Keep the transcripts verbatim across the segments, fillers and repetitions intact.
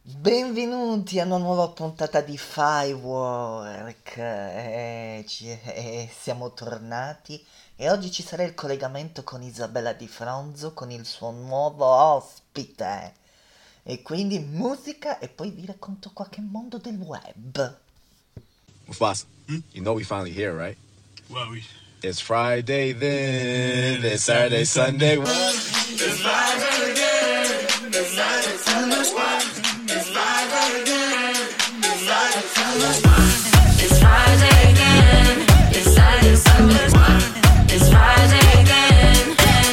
Benvenuti a una nuova puntata di Firework. Eh, ci- eh, siamo tornati e oggi ci sarà il collegamento con Isabella Di Fronzo con il suo nuovo ospite. E quindi musica e poi vi racconto qualche mondo del web. Mufasa, you know we finally here, right? Well, we. It's Friday then, it's Saturday, Sunday. What? It's Friday again. It's Friday, Sunday. It's Friday again. It's Friday, Sunday. It's Friday again. It's Saturday, Sunday. It's Friday again.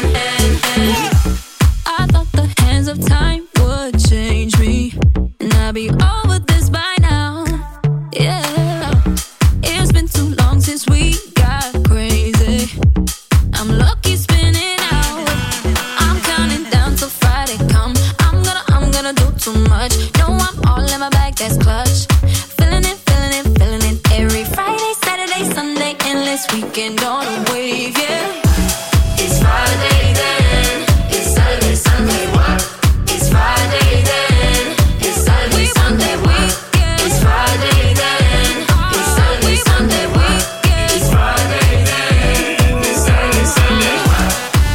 I thought the hands of time would change me, and I'd be over this by now. Yeah, it's been too long since we got crazy. I'm lucky spinning out. I'm counting down till Friday come. I'm gonna, I'm gonna do too much. No, I'm all in my bag, that's clutch. Feeling it, feeling it, feeling it. Every Friday, Saturday, Sunday, endless weekend on a wave, yeah. It's Friday then. It's Saturday, Sunday. What? It's Friday then. It's Saturday, We want Sunday. that What? weekend. It's Friday then. It's Saturday, We want Sunday. that What? weekend. It's Friday then. It's Saturday, Sunday. What?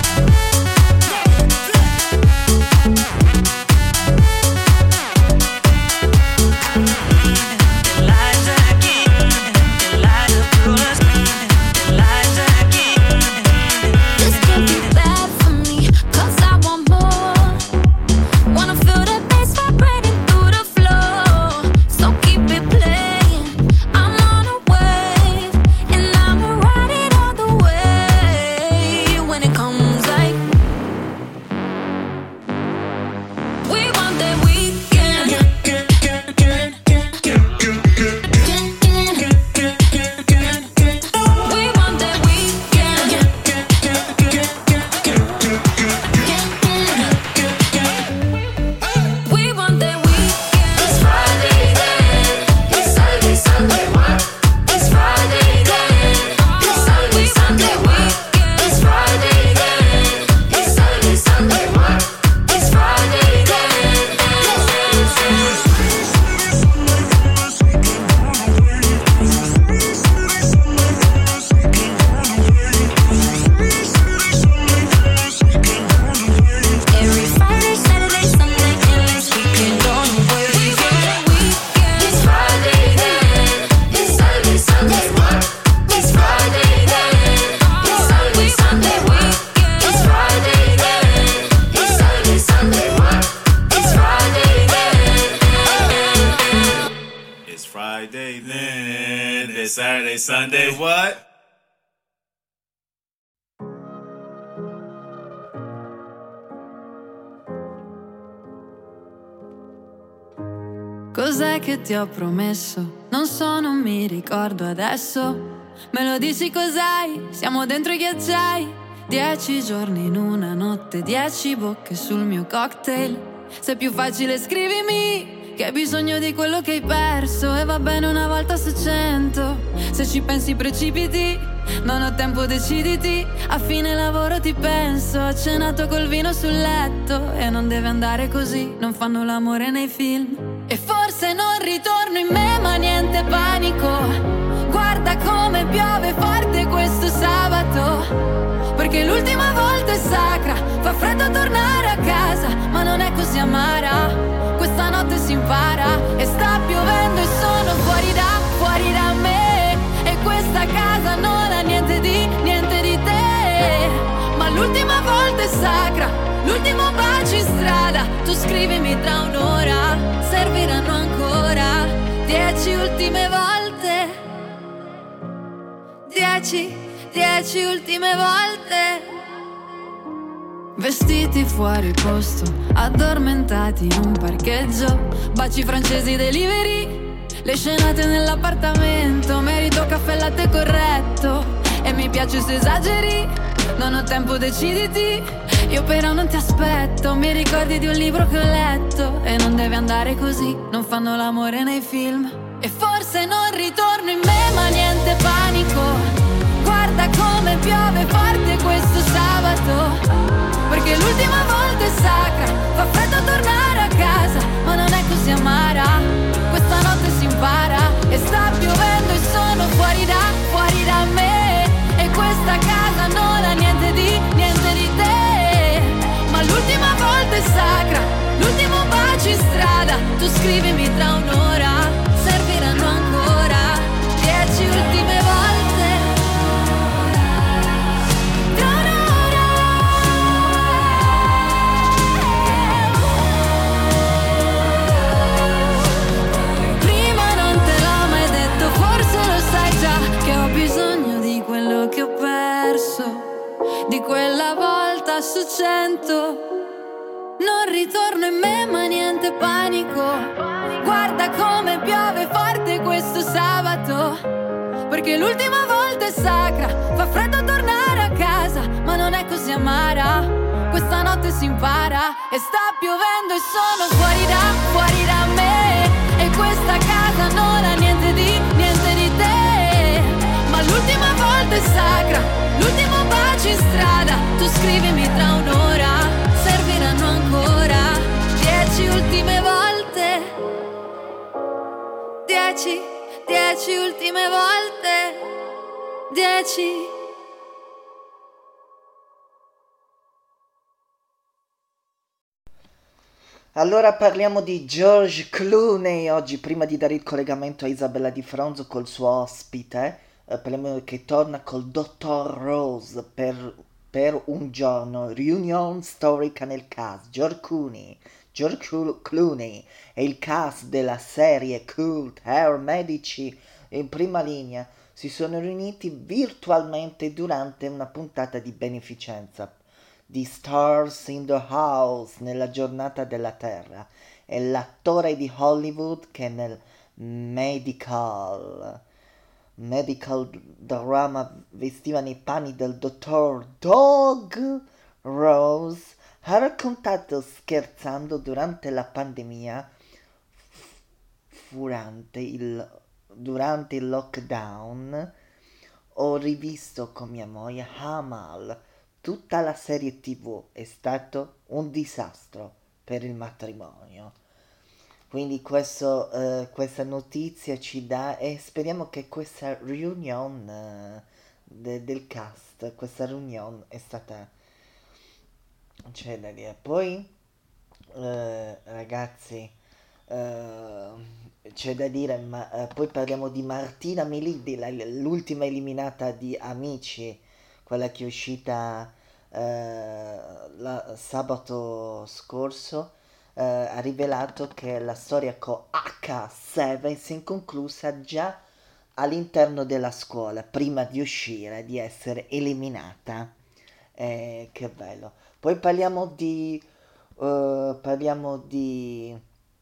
This can't be bad for me, 'cause I want more. Wanna feel the bass vibrating through the floor. So keep it playing. I'm on a wave, and I'ma ride it all the way. When it comes like we want that weekend. We want that weekend. We want that weekend. It's Friday then. It's Saturday, Sunday. What? It's Friday then. It's Saturday, Sunday. What? It's Friday then. It's Saturday, Sunday. What? It's Friday then. Every Friday, Saturday, Sunday, endless weekend on the way. We want that weekend. It's Friday then. It's Saturday, Sunday. What? It's Friday then. It's Saturday, Sunday. What? It's Friday then. It's Saturday, Sunday. What? It's Friday then. It's Friday then. It's Saturday, Sunday. What? Cos'è che ti ho promesso? Non so, non mi ricordo adesso. Me lo dici cos'hai? Siamo dentro i ghiacciai. Dieci giorni in una notte, dieci bocche sul mio cocktail. Se è più facile scrivimi che hai bisogno di quello che hai perso. E va bene una volta su cento. Se ci pensi precipiti, non ho tempo, deciditi. A fine lavoro ti penso. Ho cenato col vino sul letto. E non deve andare così, non fanno l'amore nei film. E forse non ritorno in me, ma niente panico. Guarda come piove forte questo sabato. Perché l'ultima volta è sacra. Fa freddo tornare a casa, ma non è così amara. Questa notte si impara. E sta piovendo e sono fuori da, fuori da me. E questa casa non ha niente di, niente di te. Ma l'ultima volta è sacra. L'ultimo bacio in strada. Tu scrivimi tra un'ora. Serviranno ancora dieci ultime volte. Dieci, dieci ultime volte. Vestiti fuori posto, addormentati in un parcheggio. Baci francesi delivery, le scenate nell'appartamento. Merito caffè latte corretto. E mi piace se esageri. Non ho tempo, deciditi. Io però non ti aspetto. Mi ricordi di un libro che ho letto. E non deve andare così, non fanno l'amore nei film. E forse non ritorno in me, ma niente panico. Guarda come piove forte questo sabato. Perché l'ultima volta è sacra. Fa freddo tornare a casa, ma non è così amaro. scrivimi tra un'ora, serviranno ancora dieci ultime volte. Tra un'ora. Prima non te l'ho mai detto, forse lo sai già, che ho bisogno di quello che ho perso, di quella volta su cento. Non ritorno in me ma niente panico, guarda come piove forte questo sabato, perché l'ultima volta è sacra, fa freddo tornare a casa, ma non è così amara, questa notte si impara e sta piovendo e sono fuori da, fuori da me, e questa casa non ha niente di, niente di te, ma l'ultima volta è sacra, l'ultimo bacio in strada, tu scrivimi tra un'ora, serviranno ancora dieci ultime volte, dieci, dieci ultime volte, dieci. Allora parliamo di George Clooney oggi, prima di dare il collegamento a Isabella Di Fronzo col suo ospite, eh, parliamo che torna col dottor Rose per, per un giorno, riunione storica nel cast. George Clooney, George Clooney e il cast della serie cult Hair Medici in prima linea si sono riuniti virtualmente durante una puntata di beneficenza di Stars in the House nella giornata della Terra, e l'attore di Hollywood che nel medical medical drama vestiva nei panni del dottor Doug Rose ha raccontato scherzando durante la pandemia durante il, durante il lockdown ho rivisto con mia moglie Hamal. Tutta la serie tivù è stato un disastro per il matrimonio. Quindi questo, eh, questa notizia ci dà, e speriamo che questa riunion eh, de, del cast, questa riunion è stata, c'è da dire. Poi eh, ragazzi, eh, c'è da dire, ma eh, poi parliamo di Martina Milidi, la, l'ultima eliminata di Amici, quella che è uscita eh, la, sabato scorso, eh, ha rivelato che la storia con acca sette si è inconclusa già all'interno della scuola, prima di uscire, di essere eliminata. Eh, che bello. Poi parliamo di... Uh, parliamo di...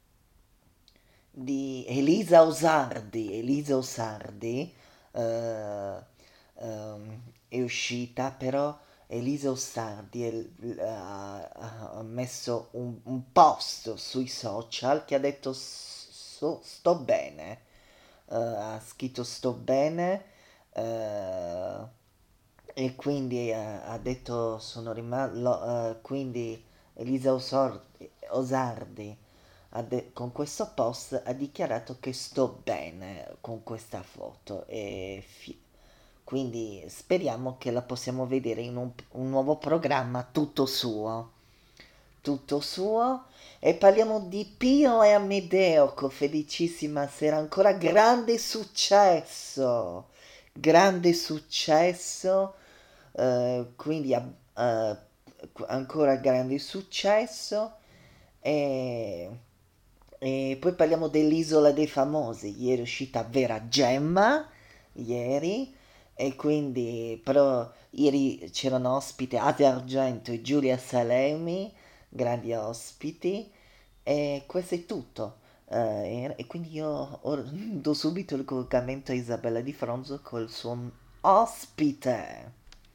di Elisa Osardi. Elisa Osardi... Uh, um, è uscita, però Elisa Osardi è, ha, ha messo un, un post sui social che ha detto so, sto bene, uh, ha scritto sto bene, uh, e quindi uh, ha detto sono rimasto, uh, quindi Elisa Osardi, Osardi ha de- con questo post ha dichiarato che sto bene con questa foto, e fi- quindi speriamo che la possiamo vedere in un, un nuovo programma tutto suo, tutto suo. E parliamo di Pio e Amedeo con Felicissima Sera, ancora grande successo, grande successo, eh, quindi eh, ancora grande successo. E, e poi parliamo dell'Isola dei Famosi, ieri è uscita Vera Gemma, ieri. E quindi, però, ieri c'erano ospiti Ade Argento e Giulia Salemi, grandi ospiti, e questo è tutto. Uh, e quindi io or- do subito il collegamento a Isabella Di Fronzo col suo ospite.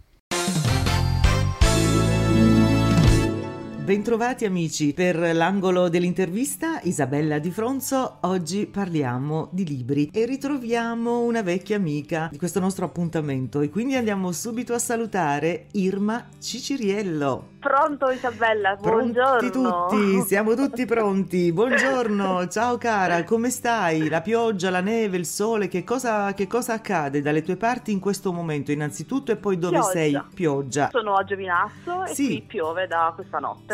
Bentrovati amici, per l'angolo dell'intervista Isabella Di Fronzo. Oggi parliamo di libri e ritroviamo una vecchia amica di questo nostro appuntamento, e quindi andiamo subito a salutare Irma Ciciriello. Pronto Isabella, Pronti buongiorno. tutti, siamo tutti pronti. Buongiorno, ciao cara, come stai? La pioggia, la neve, il sole, che cosa, che cosa accade dalle tue parti in questo momento innanzitutto, e poi dove Pioggia. sei? Pioggia. Sono a Giovinazzo e Sì. qui piove da questa notte.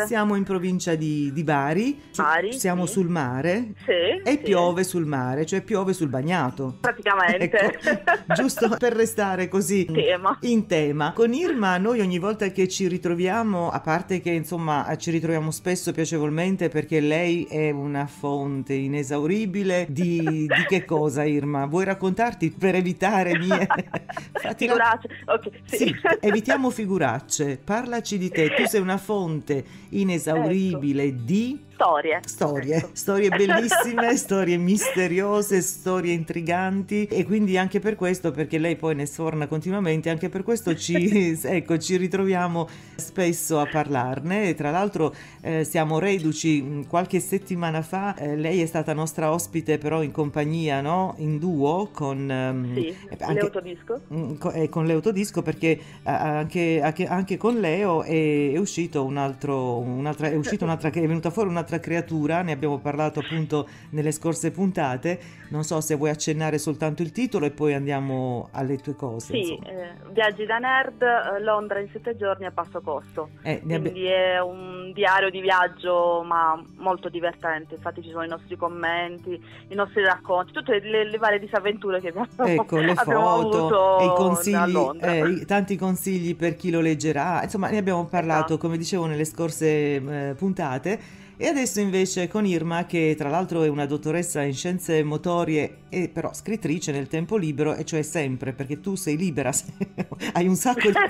esattamente. Siamo in provincia di, di Bari, Su- Bari, siamo sì. sul mare Sì, e sì. piove sul mare, cioè piove sul bagnato. Praticamente. Ecco, giusto per restare così Tema. in tema. Con Irma noi ogni volta che ci ritroviamo, a parte che insomma ci ritroviamo spesso piacevolmente perché lei è una fonte inesauribile di, di che cosa, Irma? Vuoi raccontarti per evitare mie... Fatti la- Figuracce. Ok, sì. Sì, evitiamo figuracce, parlaci di te, tu sei una fonte inesauribile di Storie. storie, Ecco. storie bellissime, storie misteriose, storie intriganti e quindi anche per questo, perché lei poi ne sforna continuamente, anche per questo ci, ecco, ci ritroviamo spesso a parlarne e tra l'altro eh, siamo reduci mh, qualche settimana fa, eh, lei è stata nostra ospite però in compagnia, no? In duo con... ehm, Sì, anche- l'Eutodisco. Mm, co- eh, con l'Eutodisco perché eh, anche, anche, anche con Leo è, è uscito un altro un'altra è uscita un'altra è venuta fuori un'altra creatura, ne abbiamo parlato appunto nelle scorse puntate, non so se vuoi accennare soltanto il titolo e poi andiamo alle tue cose. Sì, insomma. eh, Viaggi da nerd, eh, Londra in sette giorni a basso costo. Eh, ne abbi- Quindi è un diario di viaggio ma molto divertente, infatti ci sono i nostri commenti, i nostri racconti, tutte le, le varie disavventure che abbiamo, Ecco, le abbiamo foto avuto e i a consigli, Londra. eh, i- tanti consigli per chi lo leggerà, insomma ne abbiamo parlato Esatto. come dicevo nelle scorse eh, puntate. E adesso invece con Irma, che tra l'altro è una dottoressa in scienze motorie e però scrittrice nel tempo libero, e cioè sempre, perché tu sei libera, hai un sacco di...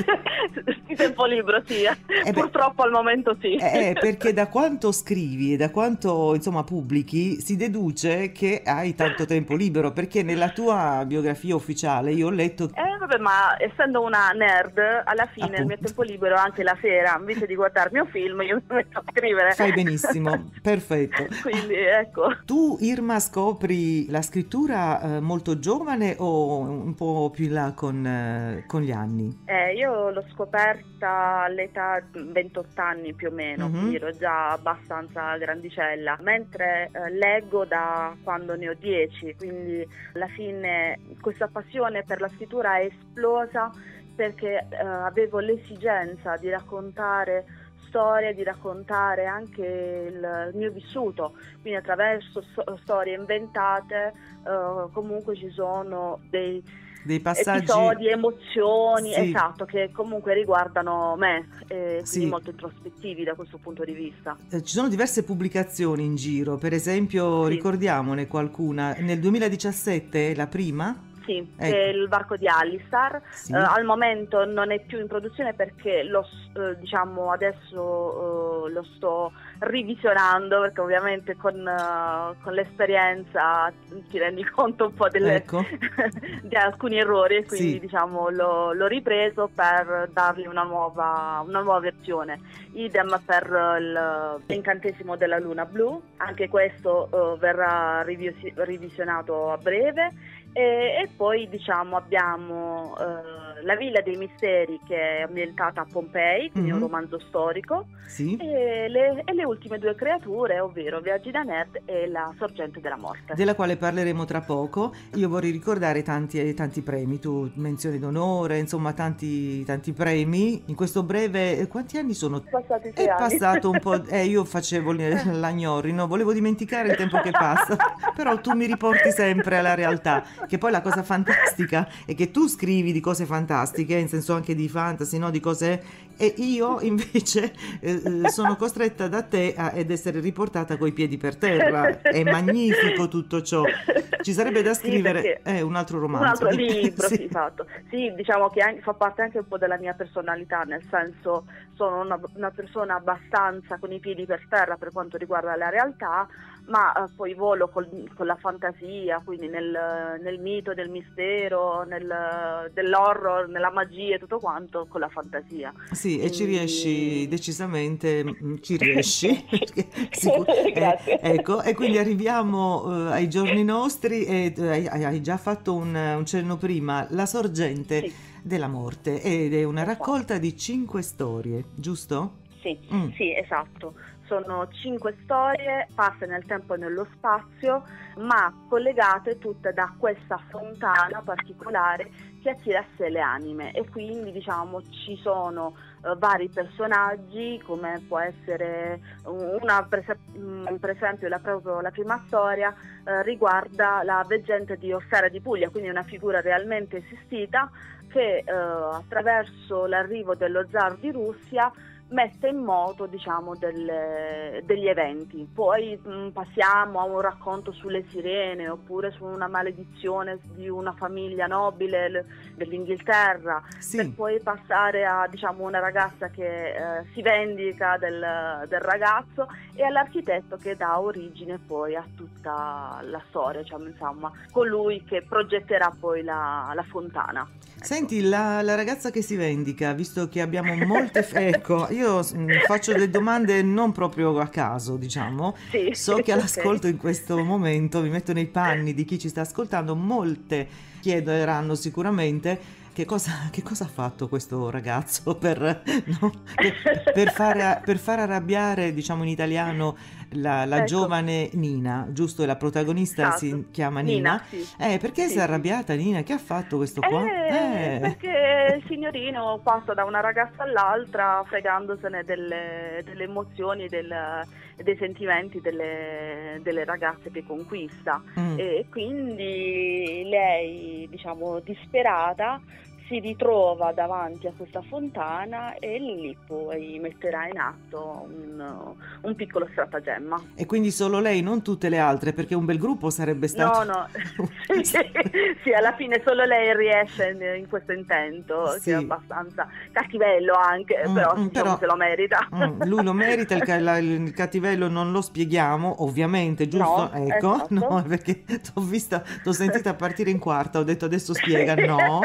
Di tempo libero, sì. beh. Purtroppo al momento sì. Eh, perché da quanto scrivi e da quanto insomma pubblichi si deduce che hai tanto tempo libero, perché nella tua biografia ufficiale io ho letto... Eh vabbè, ma essendo una nerd, alla fine il mio Appunto. tempo libero anche la sera, invece di guardarmi un film, io mi metto a scrivere. Fai benissimo, perfetto. Quindi ecco. Tu, Irma, scopri la scrittura eh, molto giovane o un po' più in là con, eh, con gli anni? Eh, io l'ho scoperta all'età di ventotto anni più o meno, Mhm. quindi ero già abbastanza grandicella, mentre eh, leggo da quando ne ho dieci, quindi alla fine questa passione per la scrittura è esplosa perché eh, avevo l'esigenza di raccontare storie, di raccontare anche il mio vissuto, quindi attraverso so- storie inventate eh, comunque ci sono dei Dei passaggi... episodi, emozioni, Sì. esatto, che comunque riguardano me, e quindi Sì. molto introspettivi da questo punto di vista. Eh, Ci sono diverse pubblicazioni in giro, per esempio, Sì. ricordiamone qualcuna. Nel duemiladiciassette, la prima? Sì, Ecco. è il barco di Alistar. Sì. Eh, al momento non è più in produzione perché lo, s- eh, diciamo adesso eh, lo sto rivisionando, perché ovviamente con, eh, con l'esperienza ti rendi conto un po' delle, Ecco. di alcuni errori, e quindi Sì. diciamo l'ho, l'ho ripreso per dargli una nuova, una nuova versione. Idem per il- l'incantesimo della luna blu, anche questo eh, verrà rivisi- rivisionato a breve. E, e poi diciamo abbiamo eh, La Villa dei Misteri, che è ambientata a Pompei, quindi Mhm. un romanzo storico, Sì. e le, e le ultime due creature, ovvero Viaggi da Nerd e La Sorgente della Morte. Della quale parleremo tra poco. Io vorrei ricordare tanti, tanti premi, tu menzioni d'onore, insomma tanti, tanti premi. In questo breve, eh, quanti anni sono? Passati sei È anni. passato un po', eh, io facevo l- l'agnorri, no? Volevo dimenticare il tempo che passa, però tu mi riporti sempre alla realtà, che poi la cosa fantastica è che tu scrivi di cose fantastiche, in senso anche di fantasy, no? Di cose, e io invece eh, eh, sono costretta da te a, ed essere riportata coi piedi per terra. È magnifico tutto ciò. Ci sarebbe da Sì, scrivere perché eh, un altro romanzo. Un altro libro, Sì. sì, fatto. Sì, diciamo che anche- fa parte anche un po' della mia personalità, nel senso sono una, una persona abbastanza con i piedi per terra per quanto riguarda la realtà, ma eh, poi volo col- con la fantasia, quindi nel, nel mito, del mistero, nel, dell'horror, nella magia e tutto quanto con la fantasia. Sì, e ci Quindi- riesci decisamente, mm, ci riesci. perché sicur- eh, Grazie. ecco, e quindi arriviamo eh, ai giorni nostri e eh, hai, hai già fatto un, un cenno prima, La Sorgente Sì. della Morte, ed è una Esatto. raccolta di cinque storie, giusto? Sì, Mm. sì, esatto. Sono cinque storie sparse nel tempo e nello spazio, ma collegate tutte da questa fontana particolare si attirasse le anime, e quindi diciamo ci sono uh, vari personaggi, come può essere una per, um, per esempio la, proprio, la prima storia uh, riguarda la veggente di Orsera di Puglia, quindi una figura realmente esistita che uh, attraverso l'arrivo dello zar di Russia mette in moto, diciamo, delle, degli eventi. Poi mh, passiamo a un racconto sulle sirene, oppure su una maledizione di una famiglia nobile l- dell'Inghilterra, Sì. per poi passare a, diciamo, una ragazza che eh, si vendica del, del ragazzo, e all'architetto che dà origine poi a tutta la storia, diciamo, insomma, colui che progetterà poi la, la fontana. Senti, la, la ragazza che si vendica, visto che abbiamo molte... f- ecco, io mm, faccio delle domande non proprio a caso, diciamo. Sì, So che all'ascolto ok. in questo momento, mi metto nei panni di chi ci sta ascoltando, molte chiederanno sicuramente che cosa, che cosa ha fatto questo ragazzo per, no, per, per fare, per far arrabbiare, diciamo in italiano, la, la Ecco. giovane Nina, giusto? La protagonista Esatto. si chiama Nina. Nina, sì. Eh, perché Sì, si è sì. arrabbiata Nina? Che ha fatto questo qua? Eh, Eh. perché il signorino passa da una ragazza all'altra fregandosene delle, delle emozioni, del, dei sentimenti delle, delle ragazze che conquista, Mm. e quindi lei, diciamo, disperata, si ritrova davanti a questa fontana e lì poi metterà in atto un, un piccolo stratagemma. E quindi solo lei, non tutte le altre, perché un bel gruppo sarebbe stato... No, no, sì, sì, alla fine solo lei riesce in, in questo intento, Sì. che è abbastanza cattivello anche, Mm, però mm, diciamo però- se lo merita. Mm, lui lo merita, il, ca- la- il cattivello non lo spieghiamo, ovviamente, giusto? No, Ecco, esatto. no, perché t'ho vista, t'ho sentita partire in quarta, ho detto adesso spiega, no.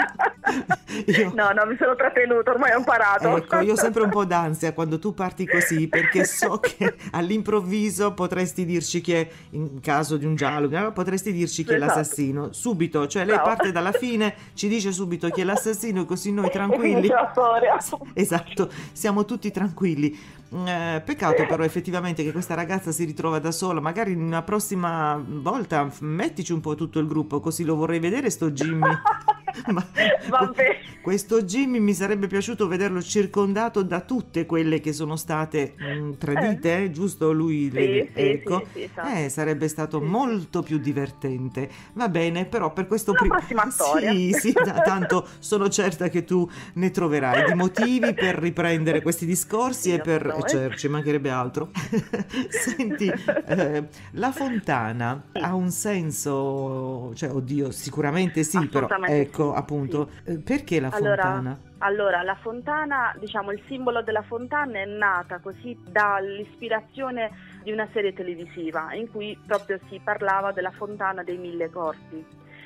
Io- No, no, mi sono trattenuto, ormai ho imparato. Ecco, io ho sempre un po' d'ansia quando tu parti così, perché so che all'improvviso potresti dirci chi è, in caso di un giallo, no, potresti dirci chi è Esatto. l'assassino, subito, cioè lei Bravo. parte dalla fine, ci dice subito chi è l'assassino, così noi E tranquilli. finisce la storia. Esatto, siamo tutti tranquilli. Eh, peccato però effettivamente che questa ragazza si ritrova da sola, magari in una prossima volta f- mettici un po' tutto il gruppo, così lo vorrei vedere sto Jimmy. Ma Vabbè. questo Jimmy mi sarebbe piaciuto vederlo circondato da tutte quelle che sono state mh, tradite, giusto? Lui, Sì, le- sì, ecco, sì, sì, esatto. eh, sarebbe stato Sì, sì. molto più divertente. Va bene, però per questo Una pri- prossima storia. Sì, sì, da- tanto sono certa che tu ne troverai di motivi per riprendere questi discorsi Sì, e per assolutamente. certo, ci mancherebbe altro. Senti, eh, la fontana ha un senso, cioè, oddio, sicuramente sì, però Assolutamente ecco, sì, appunto, eh, perché la Allora, fontana? allora, la fontana, diciamo, il simbolo della fontana è nata così dall'ispirazione di una serie televisiva in cui proprio si parlava della fontana dei mille corpi,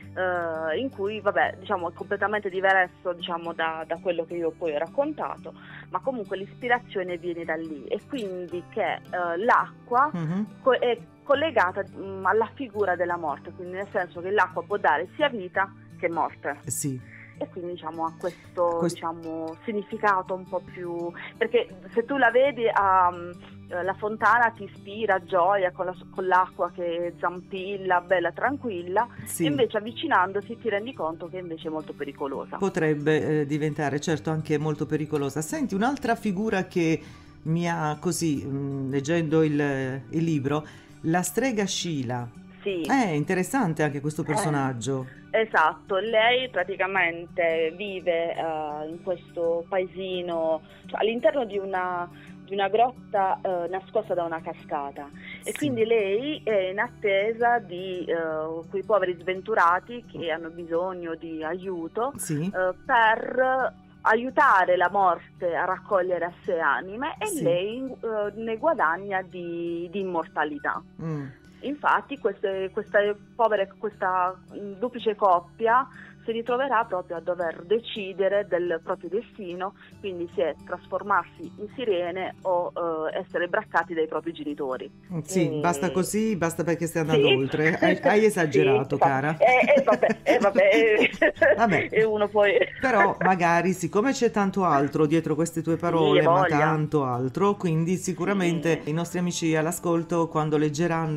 eh, in cui, vabbè, diciamo, è completamente diverso, diciamo, da, da quello che io poi ho raccontato, ma comunque l'ispirazione viene da lì, e quindi che eh, l'acqua Mhm. co- è collegata mh, alla figura della morte, quindi nel senso che l'acqua può dare sia vita che morte. Sì, E quindi diciamo ha questo Quest- diciamo, significato un po' più, perché se tu la vedi um, eh, la fontana ti ispira gioia con, la- con l'acqua che zampilla, bella tranquilla, sì. e invece avvicinandosi ti rendi conto che invece è molto pericolosa. Potrebbe eh, diventare certo anche molto pericolosa. Senti, un'altra figura che mi ha così, mh, leggendo il, il libro, la strega Sheila. Sì. È interessante anche questo personaggio. Esatto, lei praticamente vive eh, in questo paesino, cioè, all'interno di una, di una grotta eh, nascosta da una cascata, e Sì. quindi lei è in attesa di eh, quei poveri sventurati che hanno bisogno di aiuto Sì. eh, per aiutare la morte a raccogliere a sé anime, e Sì. lei eh, ne guadagna di, di immortalità. Mm. Infatti queste, questa povera, questa mh, duplice coppia si ritroverà proprio a dover decidere del proprio destino, quindi se trasformarsi in sirene o eh, essere braccati dai propri genitori. Sì, E- basta così, basta perché stai andando Sì. oltre. Hai, hai esagerato, Sì, cara. E eh, vabbè, eh, vabbè, eh, Vabbè. e uno poi... Però magari, siccome c'è tanto altro dietro queste tue parole, Sì, ma voglia. tanto altro, quindi sicuramente Sì. i nostri amici all'ascolto, quando leggeranno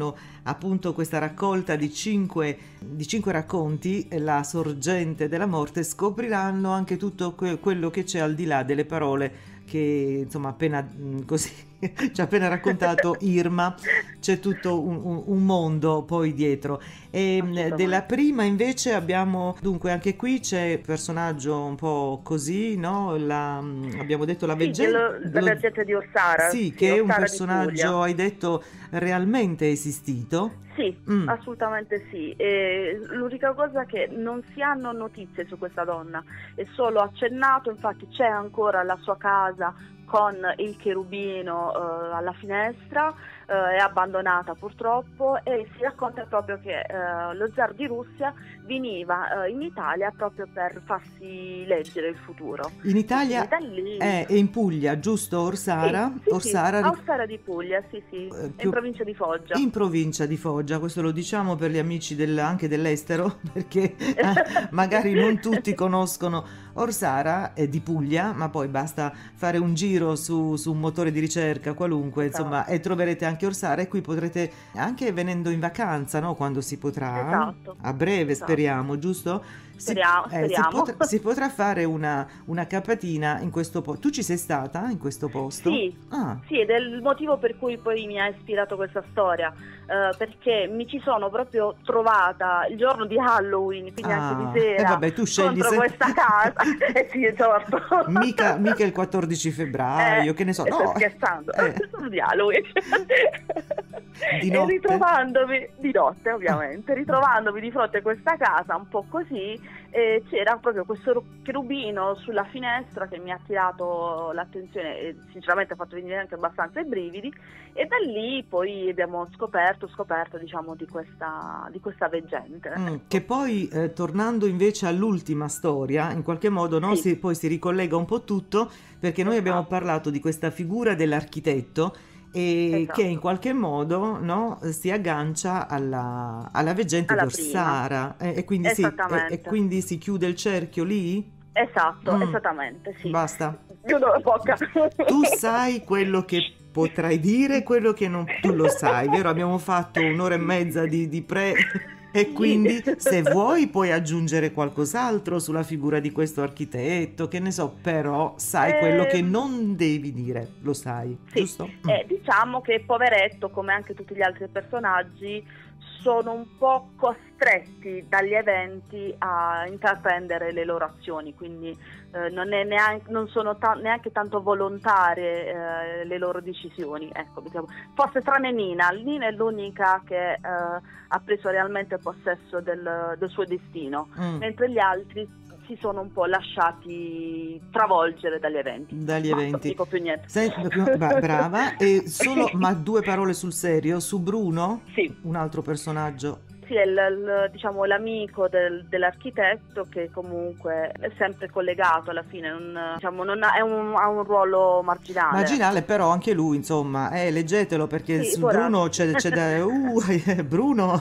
appunto questa raccolta di cinque, di cinque racconti, La sorgente della morte, scopriranno anche tutto que- quello che c'è al di là delle parole che insomma appena mh, così ci ha appena raccontato Irma. C'è tutto un, un- un mondo poi dietro. E mh, Assolutamente. della prima invece abbiamo, dunque anche qui c'è personaggio un po' così, no? La, mh, abbiamo detto la Sì, veggente, quello- la lo- veggente di Orsara. sì, che è un Orsara di personaggio, Puglia. hai detto, realmente esistito. Sì, Mm. assolutamente sì. E l'unica cosa è che non si hanno notizie su questa donna, è solo accennato, infatti c'è ancora la sua casa con il cherubino eh, alla finestra, eh, è abbandonata purtroppo, e si racconta proprio che eh, lo zar di Russia veniva eh, in Italia proprio per farsi leggere il futuro. In Italia E da lì... è, è in Puglia, giusto? Orsara? Sì, sì, sì, Orsara, a ric- Orsara di Puglia, sì, sì, Eh, è più- in provincia di Foggia. in provincia di Foggia, questo lo diciamo per gli amici del- anche dell'estero, perché eh, magari non tutti conoscono Orsara, è di Puglia, ma poi basta fare un giro su, su un motore di ricerca qualunque, insomma, e troverete anche Orsara, e qui potrete, anche venendo in vacanza, no? Quando si potrà, Esatto. a breve Esatto. speriamo, giusto? Si- Speriamo, eh, si, speriamo. potrà, si potrà fare una, una capatina in questo posto. Tu ci sei stata in questo posto? Sì, Ah. sì, ed è il motivo per cui poi mi ha ispirato questa storia, eh, perché mi ci sono proprio trovata il giorno di Halloween, quindi Ah, anche di e sera, vabbè, tu scegli contro se- questa casa. Eh sì, esatto. Mica, mica il quattordici febbraio, Eh, che ne so, sto no, scherzando, eh. il giorno di Halloween. Di E notte? ritrovandomi, di notte ovviamente, ritrovandomi di fronte a questa casa un po' così, eh, c'era proprio questo cherubino sulla finestra che mi ha attirato l'attenzione e sinceramente ha fatto venire anche abbastanza i brividi, e da lì poi abbiamo scoperto, scoperto diciamo di questa, di questa veggente. Mm, che poi, eh, tornando invece all'ultima storia, in qualche modo, no, Sì. si- poi si ricollega un po' tutto, perché noi abbiamo Esatto. parlato di questa figura dell'architetto, e Esatto. che in qualche modo, no, si aggancia alla, alla veggente Alla di Orsara, e, e quindi sì, e, Esattamente. e quindi si chiude il cerchio lì? Esatto, Mm. esattamente, sì. Basta. Chiudo la bocca. Tu sai quello che potrai dire e quello che non tu lo sai, vero? Abbiamo fatto un'ora e mezza di, di pre e quindi se vuoi puoi aggiungere qualcos'altro sulla figura di questo architetto, che ne so, però sai quello che Ehm, non devi dire, lo sai, Sì, giusto? Mm. eh, diciamo che poveretto, come anche tutti gli altri personaggi, sono un po' costretti dagli eventi a intraprendere le loro azioni, quindi eh, non, è neanche, non sono ta- neanche tanto volontarie eh, le loro decisioni. Ecco, diciamo. Forse tranne Nina, Nina è l'unica che eh, ha preso realmente possesso del, del suo destino, Mm. mentre gli altri si sono un po' lasciati travolgere dagli eventi. Dagli Basta, eventi. non dico più niente. Sei- bra- brava, e solo, ma due parole sul serio, su Bruno, Sì. un altro personaggio. Sì, è il- il- diciamo, l'amico del- dell'architetto, che comunque è sempre collegato alla fine, non, diciamo, non ha, è un, ha un ruolo marginale. Marginale, però anche lui, insomma, eh, leggetelo, perché Sì, su poraccio. Bruno c'è, c'è da... Uh, Bruno!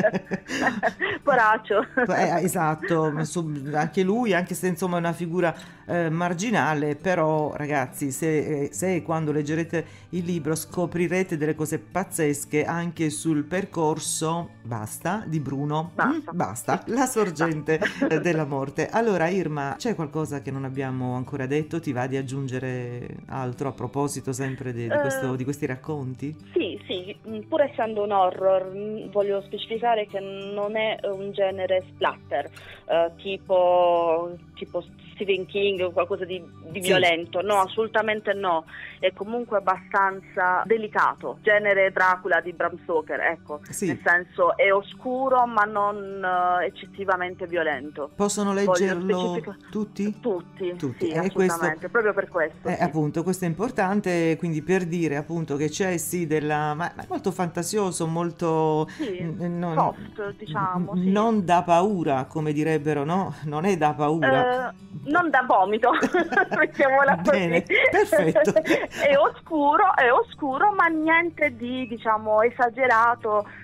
Poraccio. Eh, esatto, su- anche lui, anche se insomma è una figura eh, marginale, però ragazzi, se, eh, se e quando leggerete il libro scoprirete delle cose pazzesche anche sul percorso, basta, di Bruno. Basta. Mm, basta, la sorgente eh, della morte. Allora Irma, c'è qualcosa che non abbiamo ancora detto? Ti va di aggiungere altro a proposito sempre di, di questo- Eh, di questi racconti? Sì, sì, mh, pur essendo un horror, mh, voglio specificare che non è un genere splatter, eh, tipo, tipo Stephen King o qualcosa di, di Sì. violento, no, assolutamente no, è comunque abbastanza delicato, genere Dracula di Bram Stoker, ecco, Sì. nel senso è oscuro ma non eh, eccessivamente violento. Possono Voglio leggerlo specifica- tutti? Tutti, Tutti. sì, E questo- assolutamente, proprio per questo. Eh, sì. appunto, questo è importante, quindi per dire appunto che c'è sì della... ma ma è molto fantasioso, molto... Sì, n- non, soft, diciamo, sì. non da paura, come direbbero, no? Non è da paura. Eh, non da vomito, mettiamola così. Bene, perfetto. È oscuro, è oscuro, ma niente di, diciamo, esagerato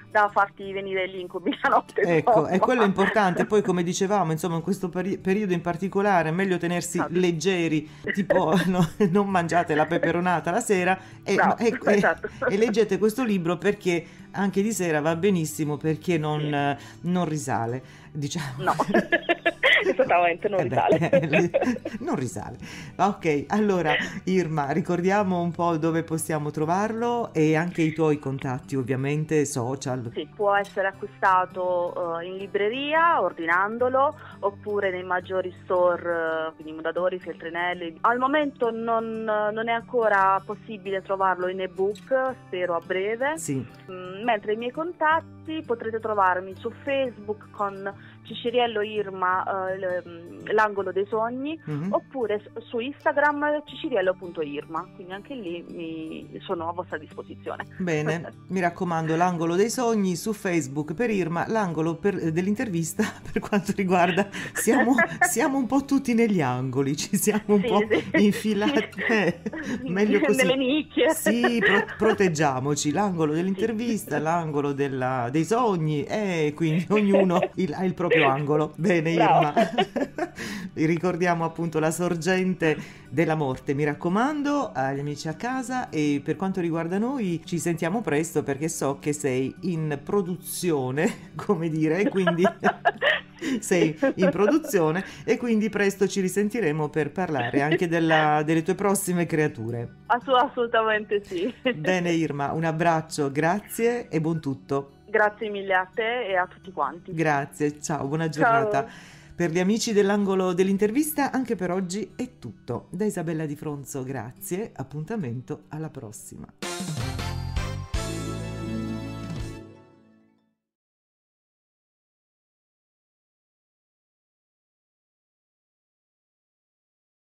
da farti venire gli incubi la notte. Ecco, insomma. e quello è importante. Poi, come dicevamo, insomma, in questo peri- periodo in particolare è meglio tenersi Esatto. leggeri, tipo no, non mangiate la peperonata la sera e, Bravo, e- e- esatto. e leggete questo libro, perché anche di sera va benissimo, perché non, Sì. eh, non risale, diciamo. No, esattamente, non Eh beh, risale. non risale. Ok, allora Irma, ricordiamo un po' dove possiamo trovarlo e anche i tuoi contatti, ovviamente, social. Sì, può essere acquistato eh, in libreria ordinandolo, oppure nei maggiori store, eh, quindi Mondadori, Feltrinelli. Al momento non, non è ancora possibile trovarlo in ebook, spero a breve. Sì. Mm, mentre i miei contatti potrete trovarmi su Facebook con Ciciriello Irma, eh, l- l'angolo dei sogni, Mhm. oppure s- su Instagram ciciriello punto irma, quindi anche lì mi sono a vostra disposizione. Bene, mi raccomando, l'angolo dei sogni su Facebook per Irma, l'angolo per- dell'intervista per quanto riguarda, siamo, siamo un po' tutti negli angoli, ci siamo un Sì, po' sì. infilati, eh, meglio così. Nelle nicchie. Sì, pro- proteggiamoci, l'angolo dell'intervista, l'angolo della- dei sogni, e quindi ognuno il- ha il proprio angolo. Bene, Bravo. Irma. Ricordiamo appunto la sorgente della morte, mi raccomando, agli amici a casa, e per quanto riguarda noi ci sentiamo presto, perché so che sei in produzione, come dire, e quindi sei in produzione e quindi presto ci risentiremo per parlare anche della- delle tue prossime creature. Assu- assolutamente sì. Bene Irma, un abbraccio, grazie e buon tutto. Grazie mille a te e a tutti quanti. Grazie, ciao, buona giornata. Ciao. Per gli amici dell'angolo dell'intervista anche per oggi è tutto. Da Isabella Di Fronzo, grazie, appuntamento alla prossima.